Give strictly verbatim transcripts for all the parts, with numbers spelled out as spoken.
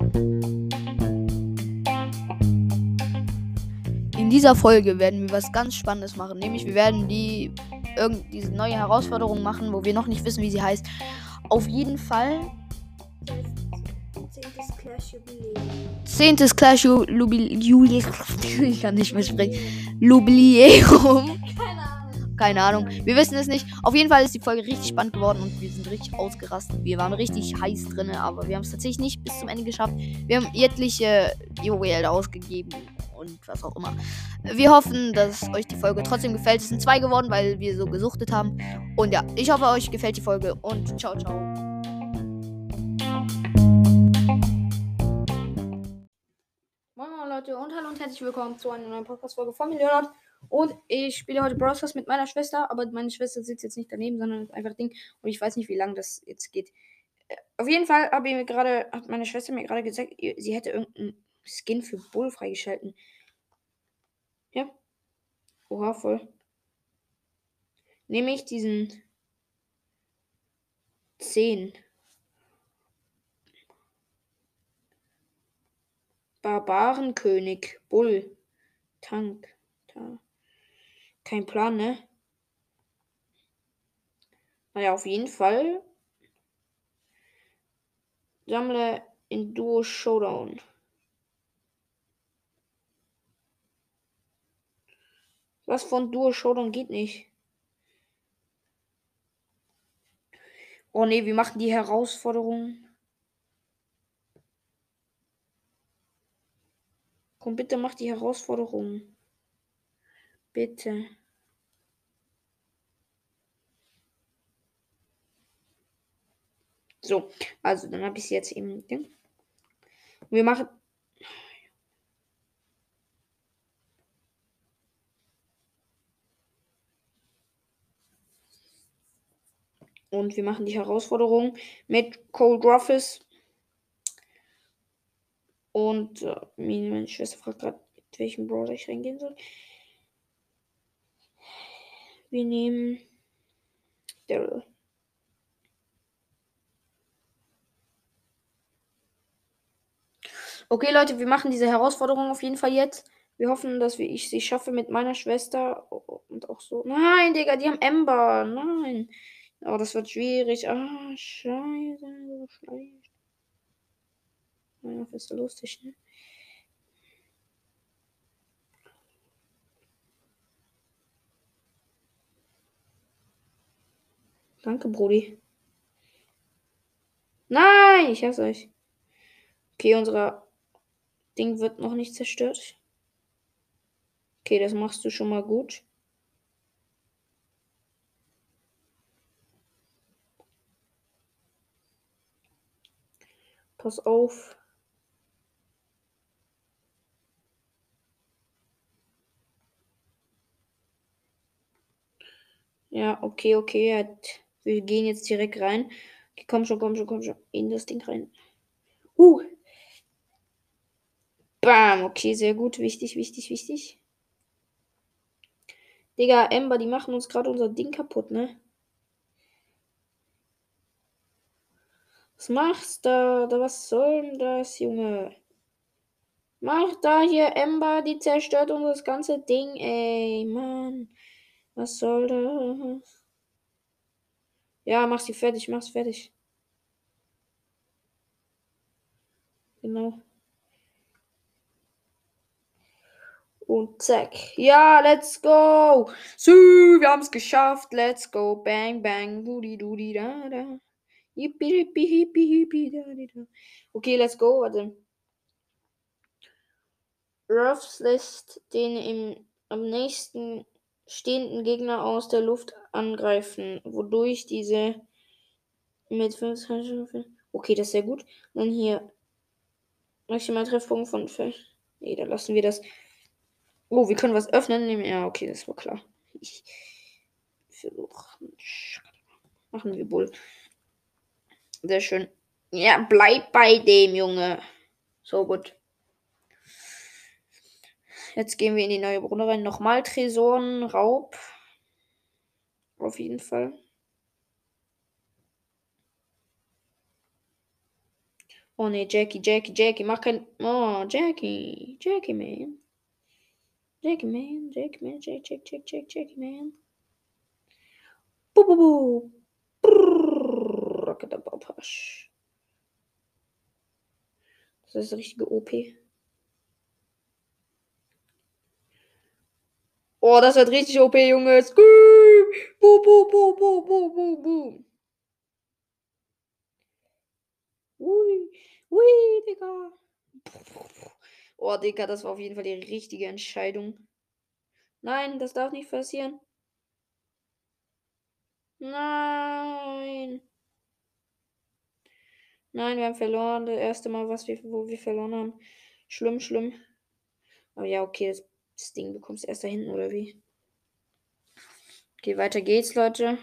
In dieser Folge werden wir was ganz Spannendes machen. Nämlich wir werden die irgend diese neue Herausforderung machen, wo wir noch nicht wissen, wie sie heißt. Auf jeden Fall Zehntes Clash Jubiläum. zehntes Clash Jubiläum. Ich kann nicht mehr sprechen. Jubiläum. Keine Ahnung. Keine Ahnung. Wir wissen es nicht. Auf jeden Fall ist die Folge richtig spannend geworden und wir sind richtig ausgerastet. Wir waren richtig heiß drin, aber wir haben es tatsächlich nicht bis zum Ende geschafft. Wir haben etliche Juwelen ausgegeben und was auch immer. Wir hoffen, dass euch die Folge trotzdem gefällt. Es sind zwei geworden, weil wir so gesuchtet haben. Und ja, ich hoffe, euch gefällt die Folge und ciao, ciao. Moin Moin Leute und hallo und herzlich willkommen zu einer neuen Podcast-Folge von mir, Leonard. Und ich spiele heute Brawl Stars mit meiner Schwester, aber meine Schwester sitzt jetzt nicht daneben, sondern ist einfach Ding. Und ich weiß nicht, wie lange das jetzt geht. Äh, Auf jeden Fall habe ich mir gerade, hat meine Schwester mir gerade gesagt, sie hätte irgendeinen Skin für Bull freigeschalten. Ja. Oha, voll. Nehme ich diesen zehn. Barbarenkönig, Bull, Tank. Da. Kein Plan, ne? Naja, auf jeden Fall. Sammle in Duo Showdown. Was von Duo Showdown geht nicht? Oh ne, wir machen die Herausforderung. Komm, bitte mach die Herausforderung. Bitte. So, also dann habe ich sie jetzt eben. Wir machen. Und wir machen die Herausforderung mit Cold Ruffles. Und äh, meine Schwester fragt gerade, mit welchem Brawler ich reingehen soll. Wir nehmen Daryl. Okay, Leute, wir machen diese Herausforderung auf jeden Fall jetzt. Wir hoffen, dass wir, ich sie schaffe mit meiner Schwester und auch so. Nein, Digga, die haben Ember. Nein. Oh, das wird schwierig. Ah, scheiße. So schlecht. Naja, ist ja lustig, ne? Danke, Brody. Nein, ich hasse euch. Okay, unser Ding wird noch nicht zerstört. Okay, das machst du schon mal gut. Pass auf. Ja, okay, okay. Hat, wir gehen jetzt direkt rein. Okay, komm schon, komm schon, komm schon. In das Ding rein. Uh. Bam. Okay, sehr gut. Wichtig, wichtig, wichtig. Digga, Ember, die machen uns gerade unser Ding kaputt, ne? Was machst du da? Was soll denn das, Junge? Mach da hier Ember, die zerstört uns das ganze Ding, ey, Mann. Was soll das? Ja, mach sie fertig, mach's fertig. Genau. Und zack. Ja, let's go. So, wir haben es geschafft. Let's go. Bang, bang. Dudi, dudi, da, da. Yippie, yippie, yippie, yippie, da, da, da. Okay, let's go. Warte. Ruffs lässt den im, am nächsten stehenden Gegner aus der Luft angreifen, wodurch diese mit fünf. Okay, das ist sehr gut. Dann hier maximal Treffpunkt von fünf. Nee, da lassen wir das. Oh, wir können was öffnen. Ja, okay, das war klar. Ich versuche. Machen wir wohl. Sehr schön. Ja, bleib bei dem, Junge. So gut. Jetzt gehen wir in die neue Runde rein. Nochmal Tresoren, Raub. Auf jeden Fall. Oh ne, Jackie, Jackie, Jackie, mach kein. Oh, Jackie, Jackie, man. Jackie, man, Jackie, man, Jack, Jack, Jack, Jack, Jackie, man. Bu, bu, bu. Brrrr, Rocketabapasch. Das ist richtige O P. Oh, das wird richtig O P, Junge. Scream. Bu, bu, bu, bu, bu, bu, bu. Ui, ui, Digga. Oh, Digga, das war auf jeden Fall die richtige Entscheidung. Nein, das darf nicht passieren. Nein. Nein, wir haben verloren. Das erste Mal, was wir, wo wir verloren haben. Schlimm, schlimm. Aber ja, okay, das, das Ding bekommst du erst da hinten, oder wie? Okay, weiter geht's, Leute.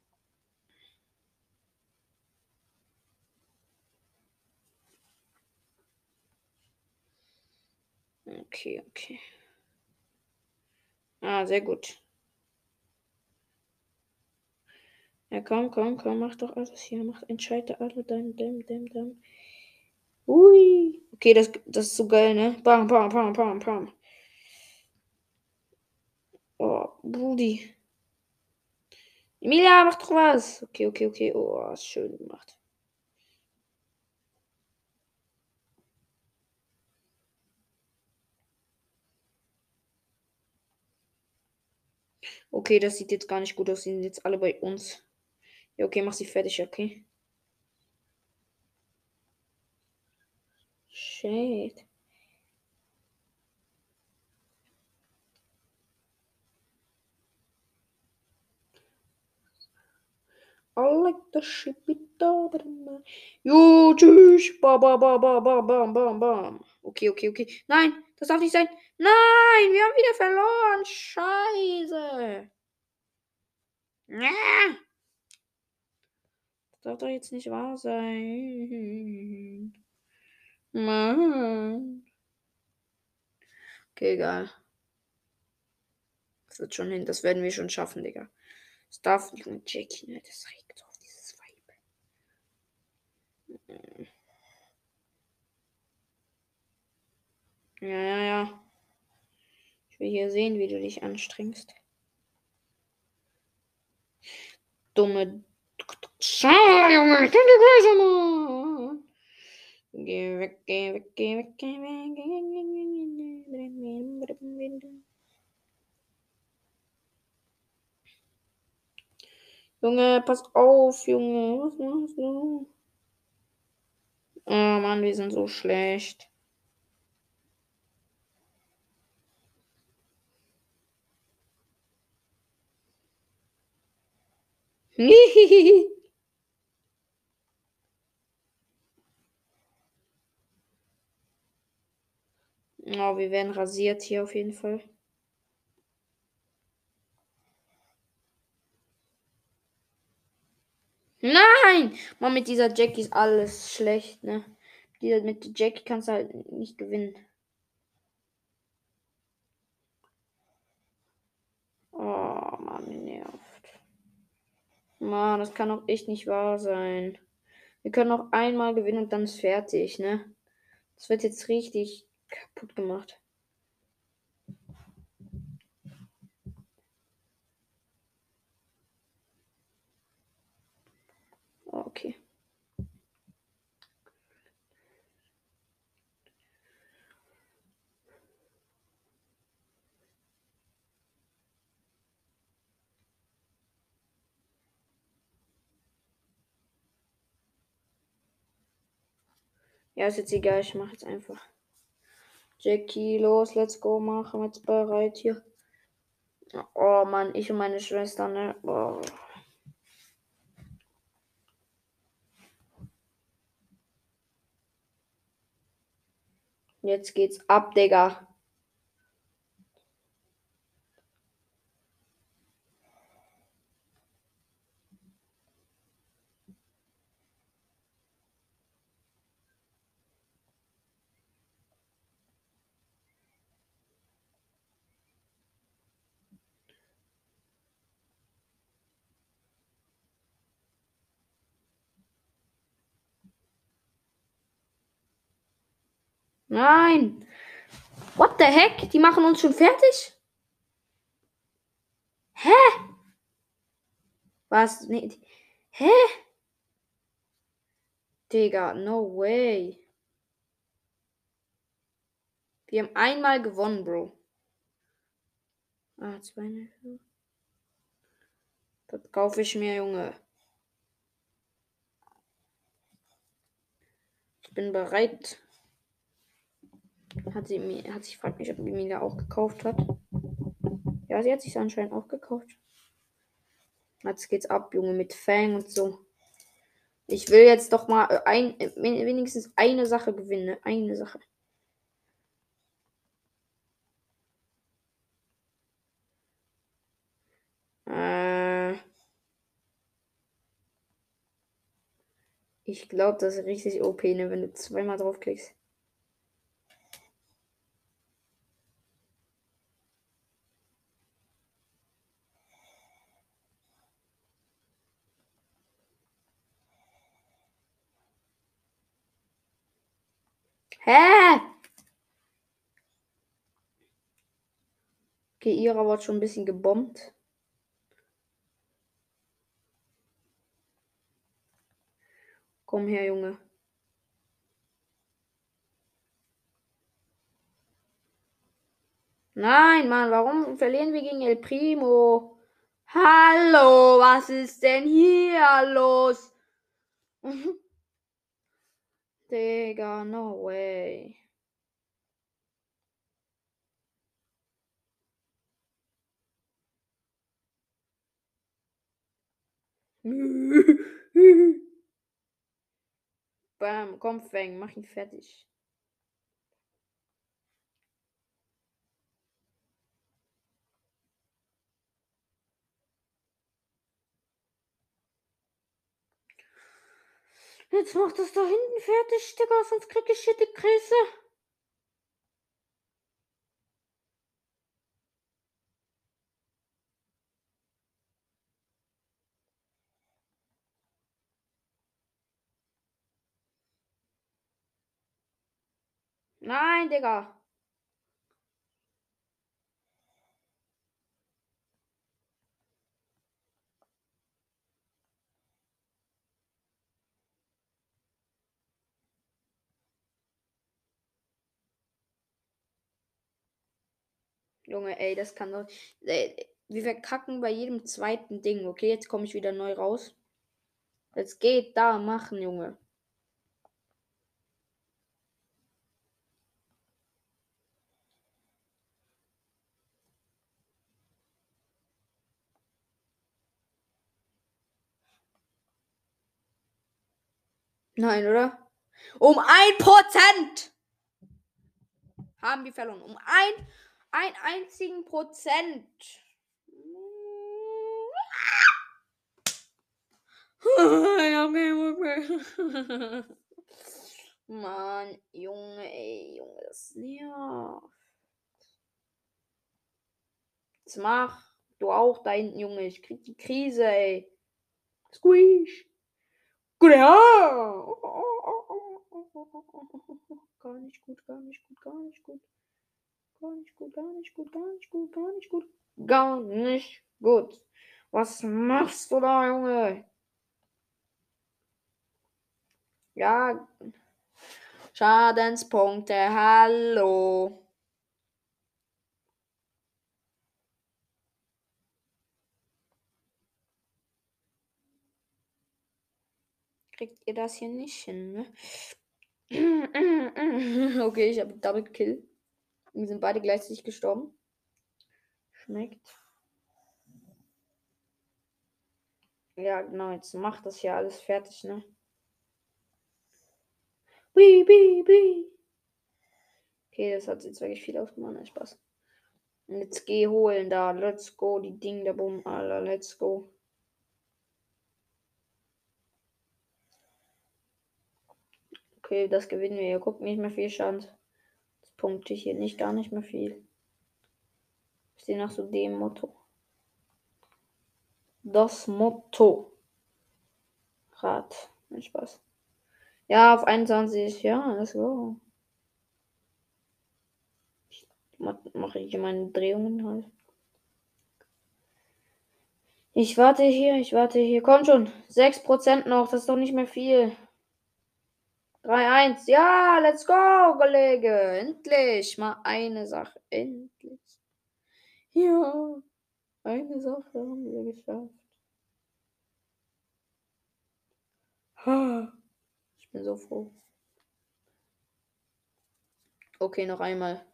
Okay, okay. Ah, sehr gut. Ja, komm, komm, komm, mach doch alles hier. Mach, entscheide alle dein, dein, dein, dein. Ui. Okay, das, das ist so geil, ne? Bam, bam, bam, bam, bam. Oh, Brudi. Emilia, mach doch was. Okay, okay, okay. Oh, ist schön gemacht. Okay, das sieht jetzt gar nicht gut aus. Die sind jetzt alle bei uns. Ja, okay, mach sie fertig, okay? Shit. I like the shit it Jo, tschüss. Bam, bam, bam, bam, bam, bam, bam, bam. Okay, okay, okay. Nein, das darf nicht sein. Nein, wir haben wieder verloren. Scheiße. Ja. Das darf doch jetzt nicht wahr sein. Mann. Okay, egal. Das wird schon hin. Das werden wir schon schaffen, Digga. Das darf nicht mit Jackie, ne? Das regt so auf dieses Vibe. Ja, ja, ja. Ich will hier sehen, wie du dich anstrengst. Dumme. Schau, Junge, ich kann dir gleich mal. Geh weg, geh weg, geh weg, geh weg. Junge, pass auf, Junge. Was machst du? Oh Mann, wir sind so schlecht. Oh, wir werden rasiert hier auf jeden Fall. Nein! Mann, mit dieser Jackie ist alles schlecht, ne? Dieser, mit der Jackie kannst du halt nicht gewinnen. Oh, Mann, mir nervt. Mann, das kann doch echt nicht wahr sein. Wir können noch einmal gewinnen und dann ist fertig, ne? Das wird jetzt richtig kaputt gemacht. Oh, okay. Ja, ist jetzt egal, ich mache jetzt einfach. Jackie, los, let's go, machen wir jetzt bereit hier. Oh Mann, ich und meine Schwester, ne? Oh. Jetzt geht's ab, Digga. Nein. What the heck? Die machen uns schon fertig? Hä? Was? Nee. Hä? Digga, no way. Wir haben einmal gewonnen, Bro. Ah, zwei. Das kaufe ich mir, Junge. Ich bin bereit. Hat sie mir, hat sich gefragt, mich, ob sie mir da auch gekauft hat. Ja, sie hat sich anscheinend auch gekauft. Jetzt geht's ab, Junge, mit Fang und so. Ich will jetzt doch mal ein, wenigstens eine Sache gewinnen. Eine Sache. Äh, ich glaube, das ist richtig O P, ne, wenn du zweimal draufklickst. Hä? Okay, ihrer wird schon ein bisschen gebombt. Komm her, Junge. Nein, Mann, warum verlieren wir gegen El Primo? Hallo, was ist denn hier los? Digga, no way. Bam, komm, Fang, mach ihn fertig. Jetzt mach das da hinten fertig, Digga, sonst krieg ich hier die Krise. Nein, Digga. Junge, ey, das kann doch. Ey, wir verkacken bei jedem zweiten Ding. Okay, jetzt komme ich wieder neu raus. Jetzt geht da machen, Junge. Nein, oder? Um ein Prozent haben wir verloren. Um ein, ein einzigen Prozent. Mann, Junge, ey, Junge, das nervt. Jetzt mach du auch da hinten, Junge. Ich krieg die Krise, ey. Squeeze. Gute ja. Gar nicht gut, gar nicht gut, gar nicht gut. Gar nicht gut, gar nicht gut, gar nicht gut, gar nicht gut. Gar nicht gut. Was machst du da, Junge? Ja. Schadenspunkte, hallo. Kriegt ihr das hier nicht hin, ne? Okay, ich habe Double Kill. Wir sind beide gleichzeitig gestorben. Schmeckt. Ja, genau, jetzt macht das hier alles fertig, ne? Bi, bi, bi. Okay, das hat jetzt wirklich viel ausgemacht, ne? Spaß. Und jetzt geh holen da. Let's go. Die Ding der Bumm, Alter. Let's go. Okay, das gewinnen wir. Ihr guckt nicht mehr viel Stand. Das punkte ich hier nicht, gar nicht mehr viel. Ich sehe nach so dem Motto. Das Motto. Rad. Nein, Spaß. Ja, auf einundzwanzig. Ja, let's go. mache ich meine Drehungen halt. Ich warte hier, ich warte hier. Komm schon. sechs Prozent noch, das ist doch nicht mehr viel. drei eins. Ja, let's go, Kollege. Endlich. Mal eine Sache. Endlich. Ja, eine Sache haben wir geschafft. Ich bin so froh. Okay, noch einmal.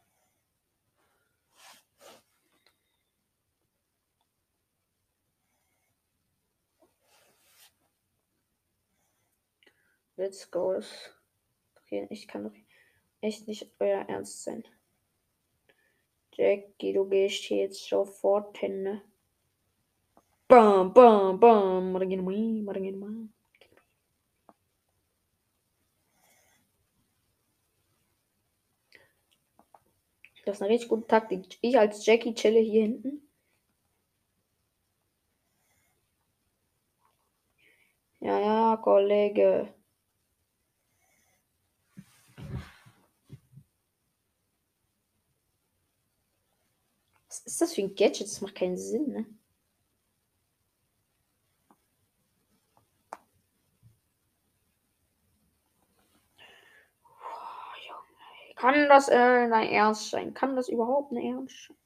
Let's go. Okay, ich kann doch echt nicht euer Ernst sein. Jackie, du gehst hier jetzt sofort hin, ne? Bam, bam, bam. Marginal, marginal. Das ist eine richtig gute Taktik. Ich als Jackie chille hier hinten. Ja, ja, Kollege. Was ist das für ein Gadget? Das macht keinen Sinn, ne? Oh, Junge. Kann das äh, dein Ernst sein? Kann das überhaupt ein Ernst sein?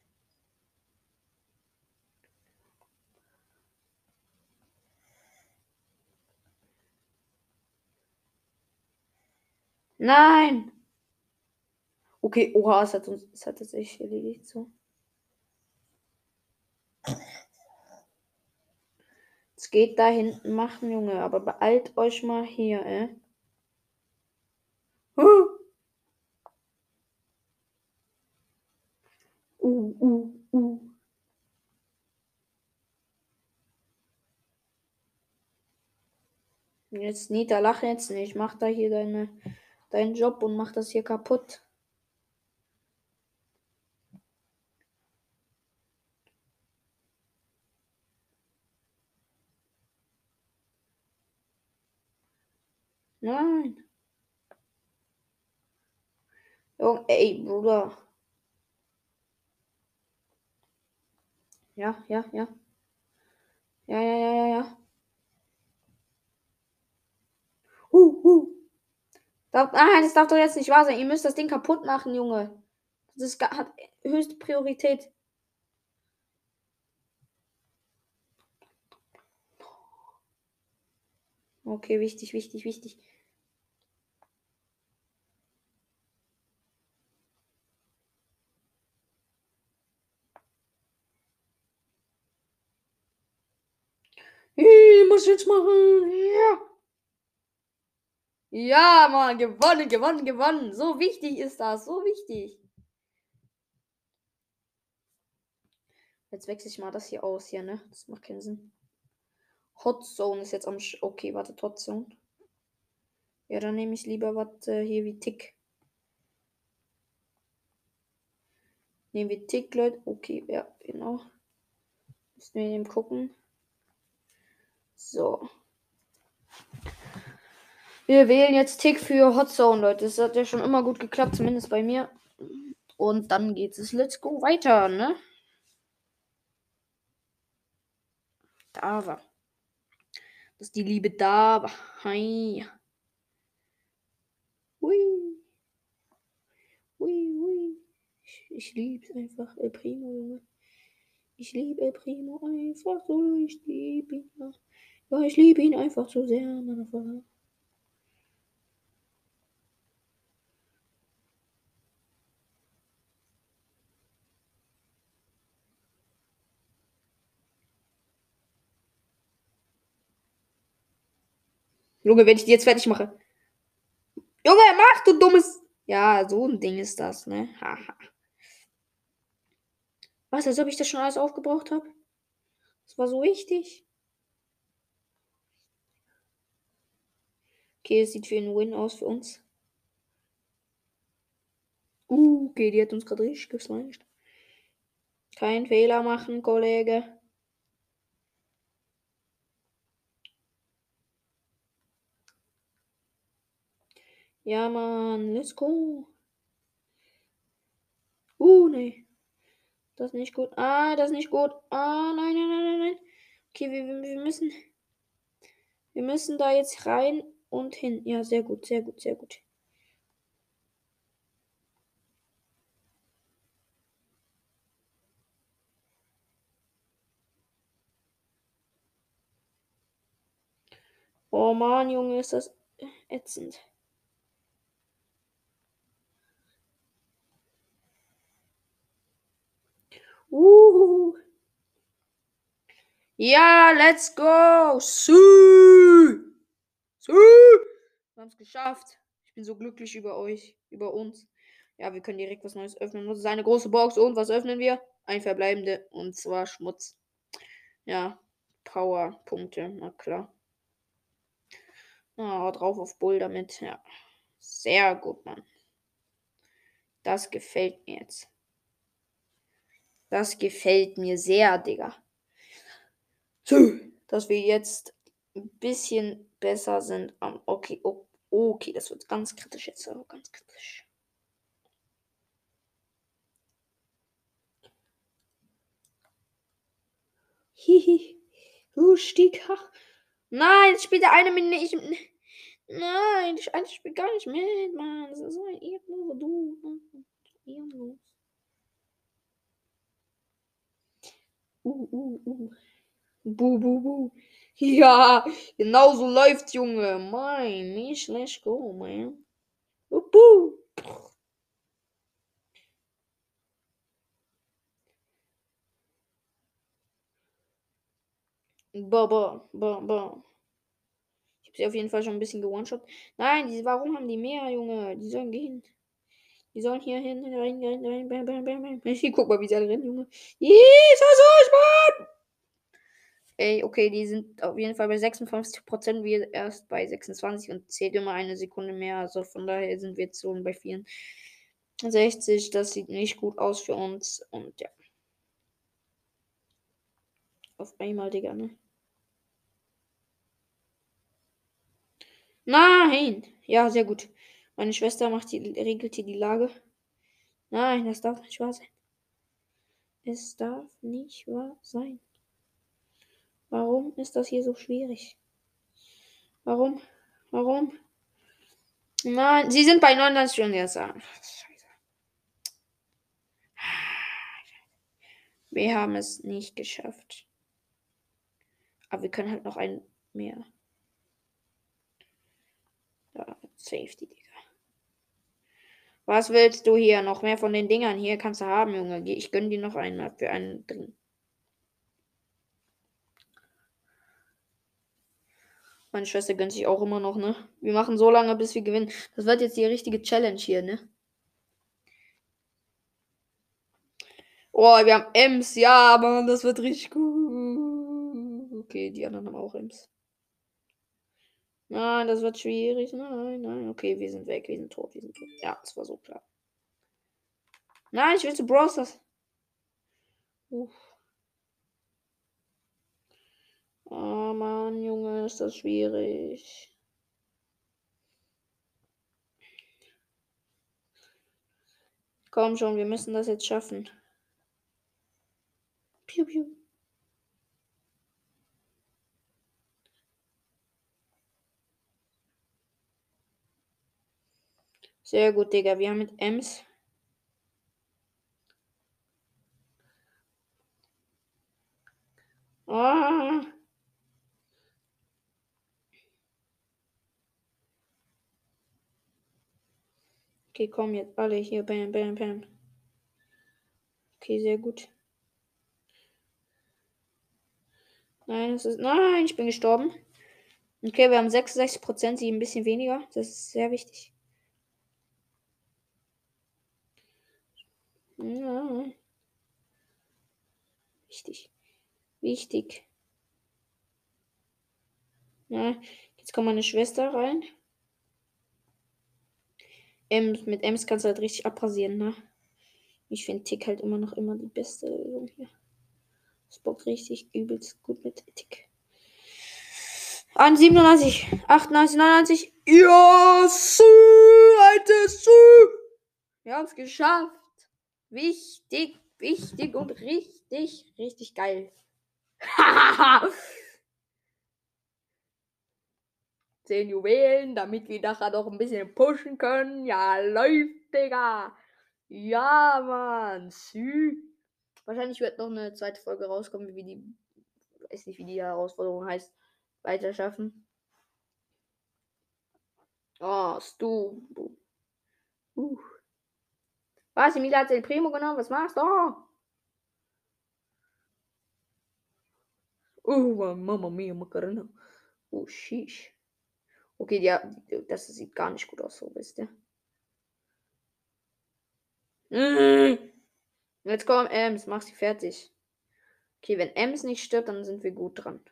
Nein! Okay, oha, es hat uns, es hat tatsächlich erledigt, so. Es geht da hinten machen, Junge, aber beeilt euch mal hier, äh. Uh, uh, uh, uh. Jetzt, Nita, lach jetzt nicht. Mach da hier deine, deinen Job und mach das hier kaputt. Nein. Junge, ey, Bruder. Ja, ja, ja. Ja, ja, ja, ja, ja. Uh, uh. Darf, nein, das darf doch jetzt nicht wahr sein. Ihr müsst das Ding kaputt machen, Junge. Das ist, hat höchste Priorität. Okay, wichtig, wichtig, wichtig. Ich muss jetzt machen. Ja. Ja, Mann, gewonnen, gewonnen, gewonnen. So wichtig ist das, so wichtig. Jetzt wechsle ich mal das hier aus hier, ne? Das macht keinen Sinn. Hot Zone ist jetzt am. Sch okay, warte, Hot Zone. Ja, dann nehme ich lieber was äh, hier wie Tick. Nehmen wir Tick, Leute. Okay, ja, genau. Müssen wir eben gucken. So. Wir wählen jetzt Tick für Hot Zone, Leute. Das hat ja schon immer gut geklappt, zumindest bei mir. Und dann geht es. Let's go weiter, ne? Da war. Das ist die liebe da. Hi. Hui. Hui, hui. Ich, ich liebe einfach El Primo, Junge. Ich liebe El Primo einfach so. Ich liebe ihn. Ja, ja ich liebe ihn einfach so sehr, meine Frau. Junge, wenn ich die jetzt fertig mache. Junge, mach, du dummes. Ja, so ein Ding ist das, ne? Haha. Was, als ob ich das schon alles aufgebraucht habe? Das war so wichtig. Okay, es sieht für einen Win aus für uns. Uh, okay, die hat uns gerade richtig geslasht. Kein Fehler machen, Kollege. Ja, Mann, let's go. Uh, nee. Das ist nicht gut. Ah, das ist nicht gut. Ah, nein, nein, nein, nein, nein. Okay, wir, wir wir müssen. Wir müssen da jetzt rein und hin. Ja, sehr gut, sehr gut, sehr gut. Oh Mann, Junge, ist das ätzend. Uh. Ja, let's go. Sü. Sü. Wir haben es geschafft. Ich bin so glücklich über euch, über uns. Ja, wir können direkt was Neues öffnen. Das ist eine große Box. Und was öffnen wir? Ein verbleibende. Und zwar Schmutz. Ja, Powerpunkte. Na klar. Ah, drauf auf Bull damit. Ja. Sehr gut, Mann. Das gefällt mir jetzt. Das gefällt mir sehr, Digga. So, dass wir jetzt ein bisschen besser sind. am- Okay, oh, okay, das wird ganz kritisch jetzt. Aber ganz kritisch. Hihi. Lustig. Nein, es spielt der eine mit nicht. Nein, das eine spielt gar nicht mit, Mann. Das ist so ein Ehrenloser, du. Ehrenlos. Uh, uh, uh. Bu, bu, bu. Ja, genau so läuft's, Junge. Mein, nicht, let's go, man. Uh, bu. Ba, ba, ba, ba. Ich habe sie auf jeden Fall schon ein bisschen gewone-shot. Nein, die, warum haben die mehr, Junge? Die sollen gehen. Die sollen hier hin, rein, rein, rein, bam, bam, bam, bam. Guck mal, wie sie alle rennen, Junge. Jesus, Mann! Ey, okay, die sind auf jeden Fall bei sechsundfünfzig Prozent, wir erst bei sechsundzwanzig und zählt immer eine Sekunde mehr. Also von daher sind wir jetzt so bei vierundsechzig. Das sieht nicht gut aus für uns. Und ja. Auf einmal, Digga, ne? Nein! Ja, sehr gut. Meine Schwester macht die, regelt hier die Lage. Nein, das darf nicht wahr sein. Es darf nicht wahr sein. Warum ist das hier so schwierig? Warum? Warum? Nein, sie sind bei neunundneunzig und jetzt sagen. Scheiße. Wir haben es nicht geschafft. Aber wir können halt noch ein mehr. Da, Safety, Digga. Was willst du hier? Noch mehr von den Dingern hier kannst du haben, Junge. Ich gönn dir noch einmal für einen drin. Meine Schwester gönnt sich auch immer noch, ne? Wir machen so lange, bis wir gewinnen. Das wird jetzt die richtige Challenge hier, ne? Oh, wir haben Ems. Ja, Mann, das wird richtig gut. Okay, die anderen haben auch Ems. Nein, das wird schwierig. Nein, nein. Okay, wir sind weg. Wir sind tot. Wir sind tot. Ja, das war so klar. Nein, ich will zu Brawl Stars. Uff. Oh Mann, Junge, ist das schwierig. Komm schon, wir müssen das jetzt schaffen. Piu, piu. Sehr gut, Digga. Wir haben mit Ems. Ah. Okay, komm jetzt alle hier. Bam, bam, bam. Okay, sehr gut. Nein, es ist. Nein, ich bin gestorben. Okay, wir haben sechsundsechzig Prozent, sie ein bisschen weniger. Das ist sehr wichtig. Ja. Wichtig. Wichtig. Ja, jetzt kommt meine Schwester rein. Ems, mit Ems kannst du halt richtig abrasieren, ne? Ich finde Tick halt immer noch immer die beste Lösung hier. Das bockt richtig übelst gut mit Tick. An siebenundneunzig, achtundneunzig, neunundneunzig. Ja, Sü, Alter, Sü. Wir haben es geschafft. Wichtig, wichtig und richtig, richtig geil. Zehn Juwelen, damit wir nachher noch ein bisschen pushen können. Ja, läuft, Digga. Ja, Mann. Sü. Wahrscheinlich wird noch eine zweite Folge rauskommen, wie die, weiß nicht, wie die Herausforderung heißt, weiter schaffen. Oh, Stu. Uh. Was, Emilia hat den Primo genommen? Was machst du? Oh, oh Mama mia, Macarena. Oh, sheesh. Okay, ja, das sieht gar nicht gut aus, so wisst ihr. Mm. Jetzt komm, Ems, mach sie fertig. Okay, wenn Ems nicht stirbt, dann sind wir gut dran.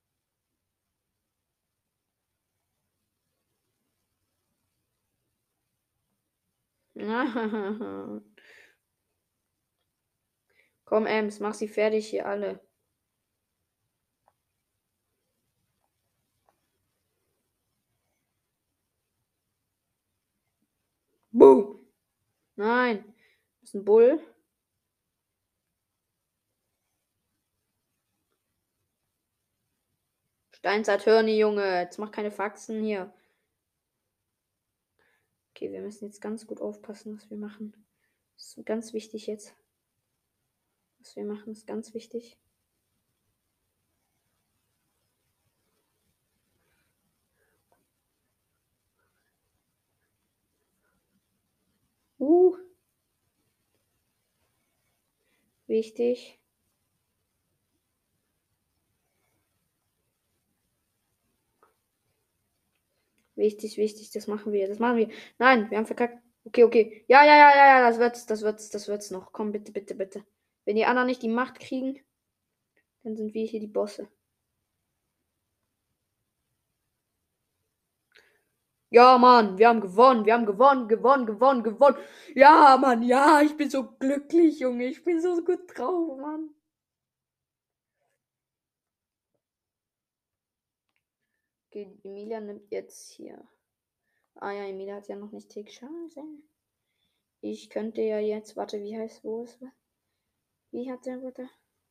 Komm, Ems, mach sie fertig hier alle. Boom! Nein. Das ist ein Bull. Steinsaturni, Junge. Jetzt mach keine Faxen hier. Okay, wir müssen jetzt ganz gut aufpassen, was wir machen. Das ist ganz wichtig jetzt. Was wir machen, ist ganz wichtig. Uh. Wichtig. Wichtig, wichtig. Das machen wir. Das machen wir. Nein, wir haben verkackt. Okay, okay. Ja, ja, ja, ja, ja. Das wird's, das wird's, das wird's noch. Komm, bitte, bitte, bitte. Wenn die anderen nicht die Macht kriegen, dann sind wir hier die Bosse. Ja, Mann, wir haben gewonnen, wir haben gewonnen, gewonnen, gewonnen, gewonnen. Ja, Mann, ja, ich bin so glücklich, Junge. Ich bin so gut drauf, Mann. Okay, Emilia nimmt jetzt hier. Ah ja, Emilia hat ja noch nicht Tick. Scheiße. Ich könnte ja jetzt, warte, wie heißt, wo ist, wie hat der, warte.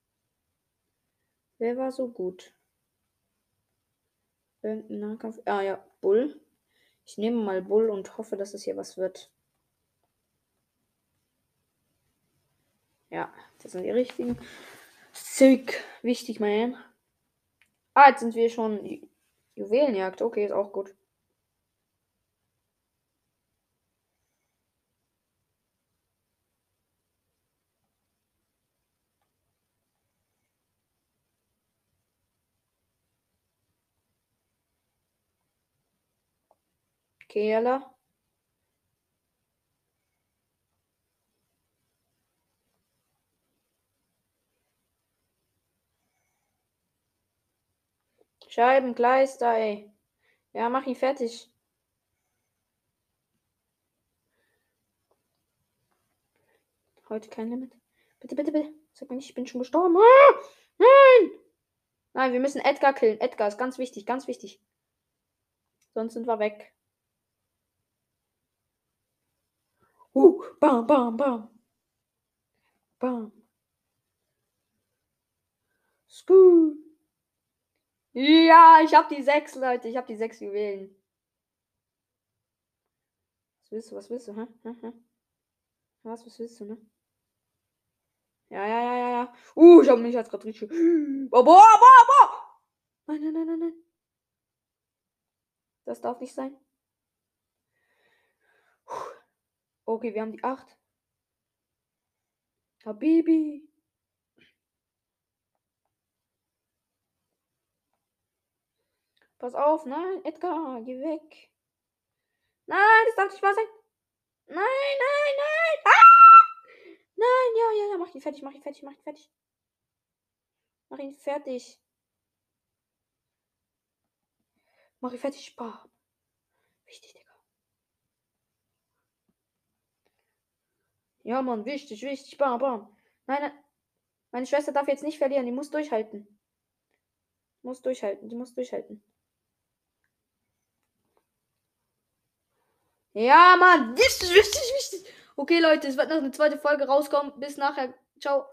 Wer war so gut? Irgendein Nahkampf. Ah ja, Bull. Ich nehme mal Bull und hoffe, dass es hier was wird. Ja, das sind die richtigen. Sick. Wichtig, man. Ah, jetzt sind wir schon Ju- Juwelenjagd. Okay, ist auch gut. Kehler. Scheibenkleister, ey. Ja, mach ihn fertig. Heute kein Limit. Bitte, bitte, bitte. Sag mir nicht, ich bin schon gestorben. Ah! Nein! Nein, wir müssen Edgar killen. Edgar ist ganz wichtig, ganz wichtig. Sonst sind wir weg. Uh, bam, bam, bam. Bam. Skuu. Ja, ich hab die sechs, Leute. Ich hab die sechs Juwelen. Was willst du, was willst du, hä? hä? hä? Was, was willst du, ne? Ja, ja, ja, ja, ja. Uh, ich hab mich als gerade richtig. Boah, boah, boah, boah! Nein, nein, nein, nein, nein. Das darf nicht sein. Okay, wir haben die acht. Habibi. Pass auf, nein, Edgar, geh weg. Nein, das darf nicht wahr sein. Nein, nein, nein. Ah! Nein, ja, ja, ja, mach ihn fertig, mach ihn fertig, mach ihn fertig. Mach ihn fertig. Mach ihn fertig. Bah. Wichtig, Digga. Ja, Mann, wichtig, wichtig. Bam, bam. Nein, nein. Meine Schwester darf jetzt nicht verlieren. Die muss durchhalten. Muss durchhalten. Die muss durchhalten. Ja, Mann. Wichtig, wichtig, wichtig. Okay, Leute, es wird noch eine zweite Folge rauskommen. Bis nachher. Ciao.